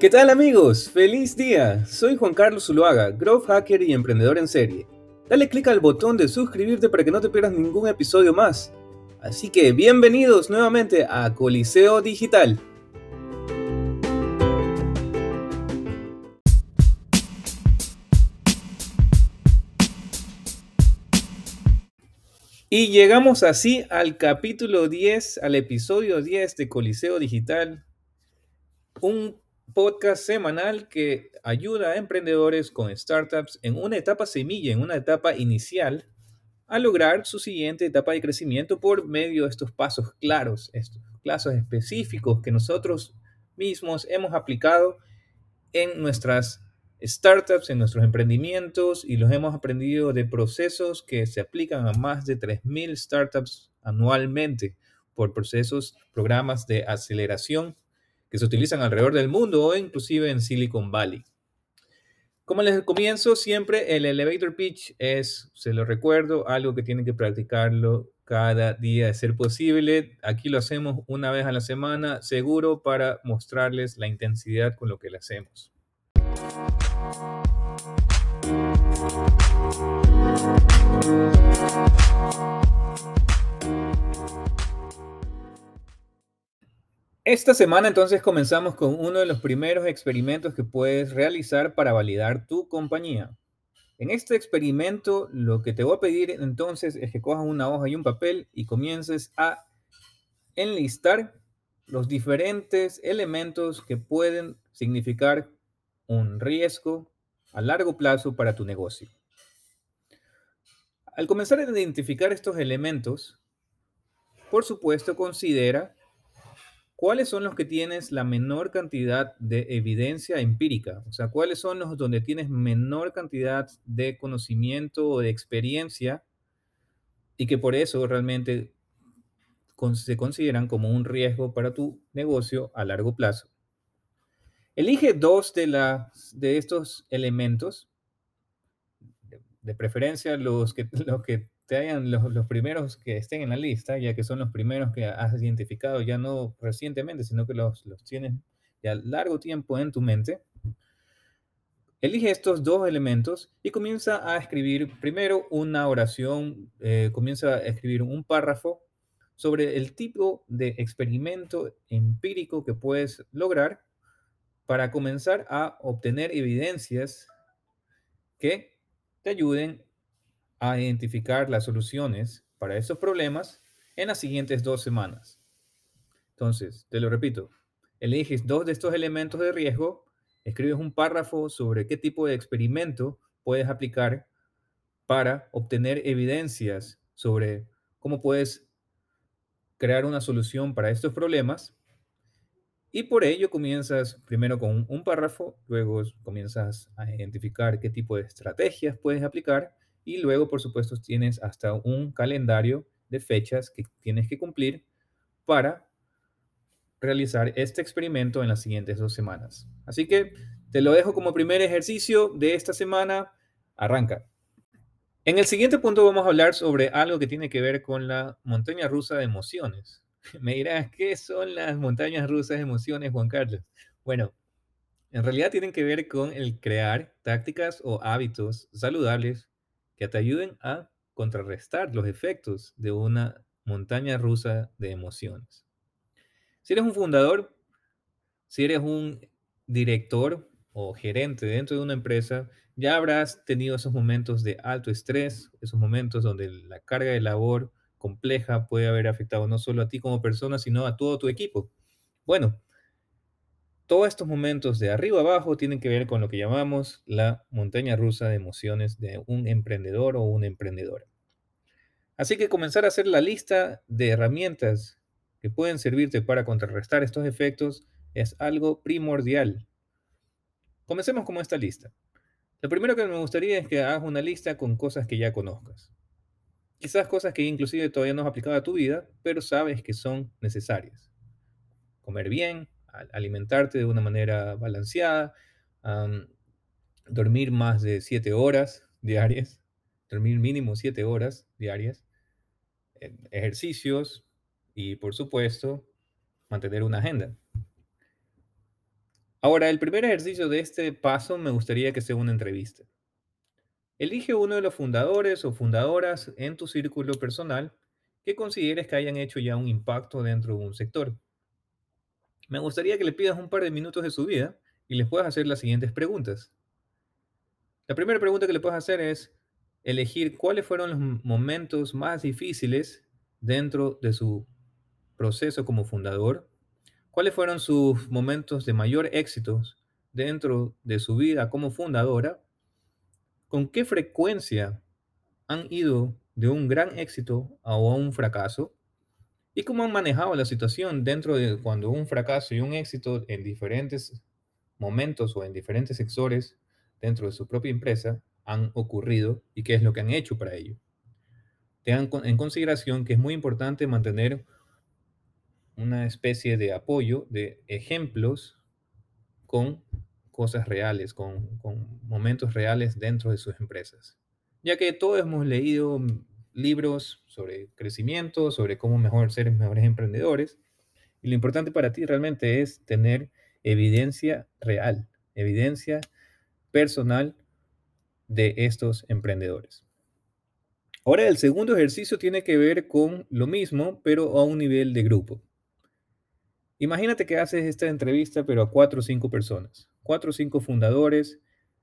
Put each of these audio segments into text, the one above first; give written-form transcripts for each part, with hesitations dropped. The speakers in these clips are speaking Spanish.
¿Qué tal amigos? ¡Feliz día! Soy Juan Carlos Zuluaga, Growth Hacker y emprendedor en serie. Dale clic al botón de suscribirte para que no te pierdas ningún episodio más. Así que bienvenidos nuevamente a Coliseo Digital. Y llegamos así al capítulo 10, al episodio 10 de Coliseo Digital, un podcast semanal que ayuda a emprendedores con startups en una etapa semilla, en una etapa inicial, a lograr su siguiente etapa de crecimiento por medio de estos pasos claros, estos pasos específicos que nosotros mismos hemos aplicado en nuestras startups, en nuestros emprendimientos y los hemos aprendido de procesos que se aplican a más de 3.000 startups anualmente por programas de aceleración que se utilizan alrededor del mundo o inclusive en Silicon Valley. Como les comienzo, siempre el elevator pitch es, se lo recuerdo, algo que tienen que practicarlo cada día de ser posible. Aquí lo hacemos una vez a la semana, seguro para mostrarles la intensidad con lo que le hacemos. Esta semana entonces comenzamos con uno de los primeros experimentos que puedes realizar para validar tu compañía. En este experimento, lo que te voy a pedir entonces es que cojas una hoja y un papel y comiences a enlistar los diferentes elementos que pueden significar un riesgo a largo plazo para tu negocio. Al comenzar a identificar estos elementos, por supuesto, considera cuáles son los que tienes la menor cantidad de evidencia empírica, o sea, cuáles son los donde tienes menor cantidad de conocimiento o de experiencia y que por eso realmente se consideran como un riesgo para tu negocio a largo plazo. Elige dos de estos elementos, de preferencia los que te hayan, los primeros que estén en la lista, ya que son los primeros que has identificado ya no recientemente, sino que los tienes ya largo tiempo en tu mente. Elige estos dos elementos y comienza a escribir primero una oración, comienza a escribir un párrafo sobre el tipo de experimento empírico que puedes lograr para comenzar a obtener evidencias que te ayuden a identificar las soluciones para esos problemas en las siguientes 2 semanas. Entonces, te lo repito, eliges dos de estos elementos de riesgo, escribes un párrafo sobre qué tipo de experimento puedes aplicar para obtener evidencias sobre cómo puedes crear una solución para estos problemas. Y por ello comienzas primero con un párrafo, luego comienzas a identificar qué tipo de estrategias puedes aplicar y luego, por supuesto, tienes hasta un calendario de fechas que tienes que cumplir para realizar este experimento en las siguientes 2 semanas. Así que te lo dejo como primer ejercicio de esta semana. Arranca. En el siguiente punto vamos a hablar sobre algo que tiene que ver con la montaña rusa de emociones. Me dirás, ¿qué son las montañas rusas de emociones, Juan Carlos? Bueno, en realidad tienen que ver con el crear tácticas o hábitos saludables que te ayuden a contrarrestar los efectos de una montaña rusa de emociones. Si eres un fundador, si eres un director o gerente dentro de una empresa, ya habrás tenido esos momentos de alto estrés, esos momentos donde la carga de labor compleja puede haber afectado no solo a ti como persona, sino a todo tu equipo. Bueno, todos estos momentos de arriba abajo tienen que ver con lo que llamamos la montaña rusa de emociones de un emprendedor o una emprendedora. Así que comenzar a hacer la lista de herramientas que pueden servirte para contrarrestar estos efectos es algo primordial. Comencemos con esta lista. Lo primero que me gustaría es que hagas una lista con cosas que ya conozcas. Quizás cosas que inclusive todavía no has aplicado a tu vida, pero sabes que son necesarias. Comer bien, alimentarte de una manera balanceada, um, dormir más de 7 horas diarias, dormir mínimo 7 horas diarias, ejercicios y por supuesto mantener una agenda. Ahora, el primer ejercicio de este paso me gustaría que sea una entrevista. Elige uno de los fundadores o fundadoras en tu círculo personal que consideres que hayan hecho ya un impacto dentro de un sector. Me gustaría que le pidas un par de minutos de su vida y les puedas hacer las siguientes preguntas. La primera pregunta que le puedes hacer es elegir cuáles fueron los momentos más difíciles dentro de su proceso como fundador, cuáles fueron sus momentos de mayor éxito dentro de su vida como fundadora, con qué frecuencia han ido de un gran éxito a un fracaso y cómo han manejado la situación dentro de cuando un fracaso y un éxito en diferentes momentos o en diferentes sectores dentro de su propia empresa han ocurrido y qué es lo que han hecho para ello. Tengan en consideración que es muy importante mantener una especie de apoyo, de ejemplos con cosas reales, con momentos reales dentro de sus empresas. Ya que todos hemos leído libros sobre crecimiento, sobre cómo mejor ser mejores emprendedores, y lo importante para ti realmente es tener evidencia real, evidencia personal de estos emprendedores. Ahora, el segundo ejercicio tiene que ver con lo mismo, pero a un nivel de grupo. Imagínate que haces esta entrevista, pero a cuatro o cinco personas, cuatro o cinco fundadores,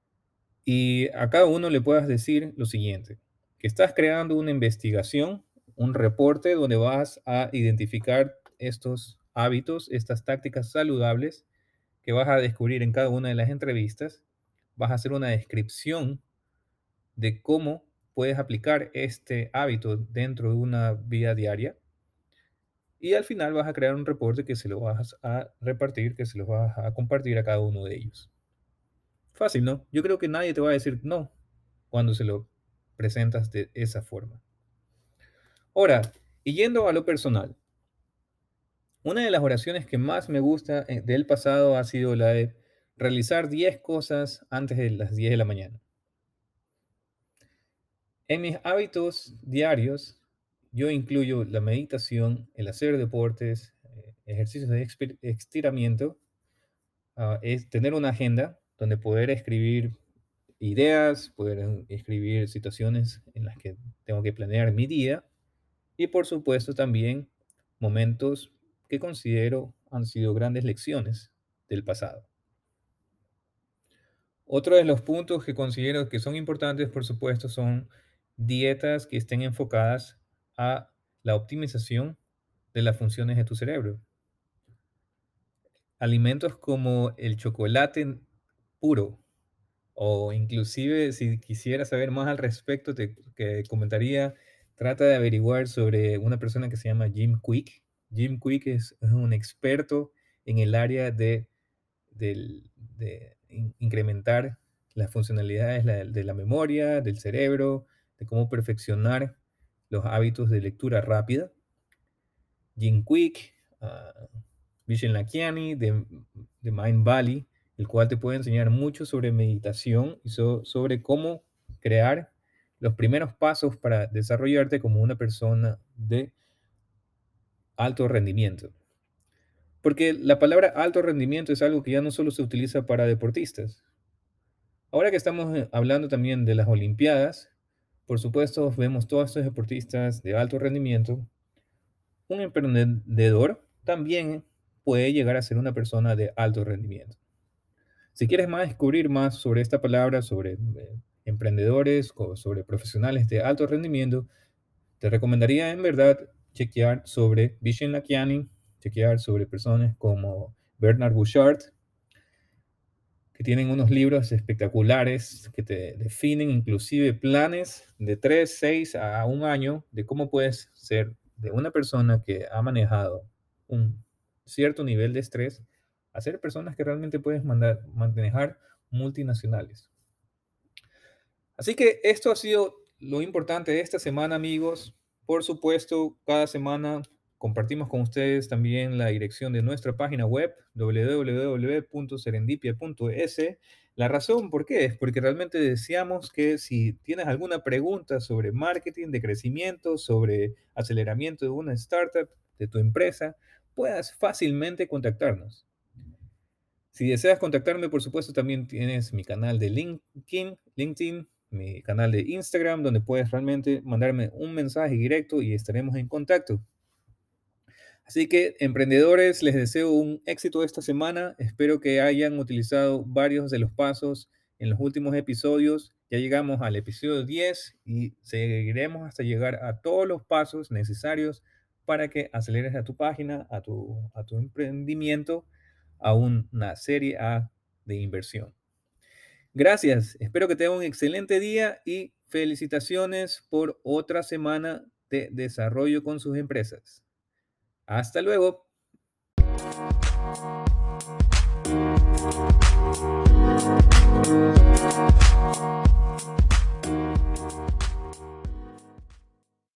y a cada uno le puedas decir lo siguiente, que estás creando una investigación, un reporte donde vas a identificar estos hábitos, estas tácticas saludables que vas a descubrir en cada una de las entrevistas, vas a hacer una descripción de cómo puedes aplicar este hábito dentro de una vida diaria y al final vas a crear un reporte que se lo vas a repartir, que se lo vas a compartir a cada uno de ellos. Fácil, ¿no? Yo creo que nadie te va a decir no cuando se lo presentas de esa forma. Ahora, y yendo a lo personal, una de las oraciones que más me gusta del pasado ha sido la de realizar 10 cosas antes de las 10 de la mañana. En mis hábitos diarios, yo incluyo la meditación, el hacer deportes, ejercicios de estiramiento, es tener una agenda donde poder escribir ideas, poder escribir situaciones en las que tengo que planear mi día y por supuesto también momentos que considero han sido grandes lecciones del pasado. Otro de los puntos que considero que son importantes, por supuesto, son dietas que estén enfocadas a la optimización de las funciones de tu cerebro. Alimentos como el chocolate puro o inclusive si quisieras saber más al respecto, que comentaría, trata de averiguar sobre una persona que se llama Jim Quick. Jim Quick es un experto en el área de incrementar las funcionalidades de la memoria, del cerebro, de cómo perfeccionar los hábitos de lectura rápida. Jim Quick, Vishen Lakhiani de Mind Valley, el cual te puede enseñar mucho sobre meditación y sobre cómo crear los primeros pasos para desarrollarte como una persona de alto rendimiento. Porque la palabra alto rendimiento es algo que ya no solo se utiliza para deportistas. Ahora que estamos hablando también de las Olimpiadas, por supuesto vemos todos estos deportistas de alto rendimiento. Un emprendedor también puede llegar a ser una persona de alto rendimiento. Si quieres más descubrir más sobre esta palabra, sobre emprendedores o sobre profesionales de alto rendimiento, te recomendaría en verdad chequear sobre Vishen Lakhiani, chequear sobre personas como Bernard Bouchard, que tienen unos libros espectaculares que te definen inclusive planes de 3, 6 a un año de cómo puedes ser de una persona que ha manejado un cierto nivel de estrés a ser personas que realmente puedes manejar multinacionales. Así que esto ha sido lo importante de esta semana, amigos. Por supuesto, cada semana compartimos con ustedes también la dirección de nuestra página web, www.serendipia.es. La razón por qué es porque realmente deseamos que si tienes alguna pregunta sobre marketing, de crecimiento, sobre aceleramiento de una startup, de tu empresa, puedas fácilmente contactarnos. Si deseas contactarme, por supuesto, también tienes mi canal de LinkedIn, mi canal de Instagram, donde puedes realmente mandarme un mensaje directo y estaremos en contacto. Así que, emprendedores, les deseo un éxito esta semana. Espero que hayan utilizado varios de los pasos en los últimos episodios. Ya llegamos al episodio 10 y seguiremos hasta llegar a todos los pasos necesarios para que aceleres a tu página, a tu emprendimiento, a una serie A de inversión. Gracias. Espero que tengan un excelente día y felicitaciones por otra semana de desarrollo con sus empresas. Hasta luego.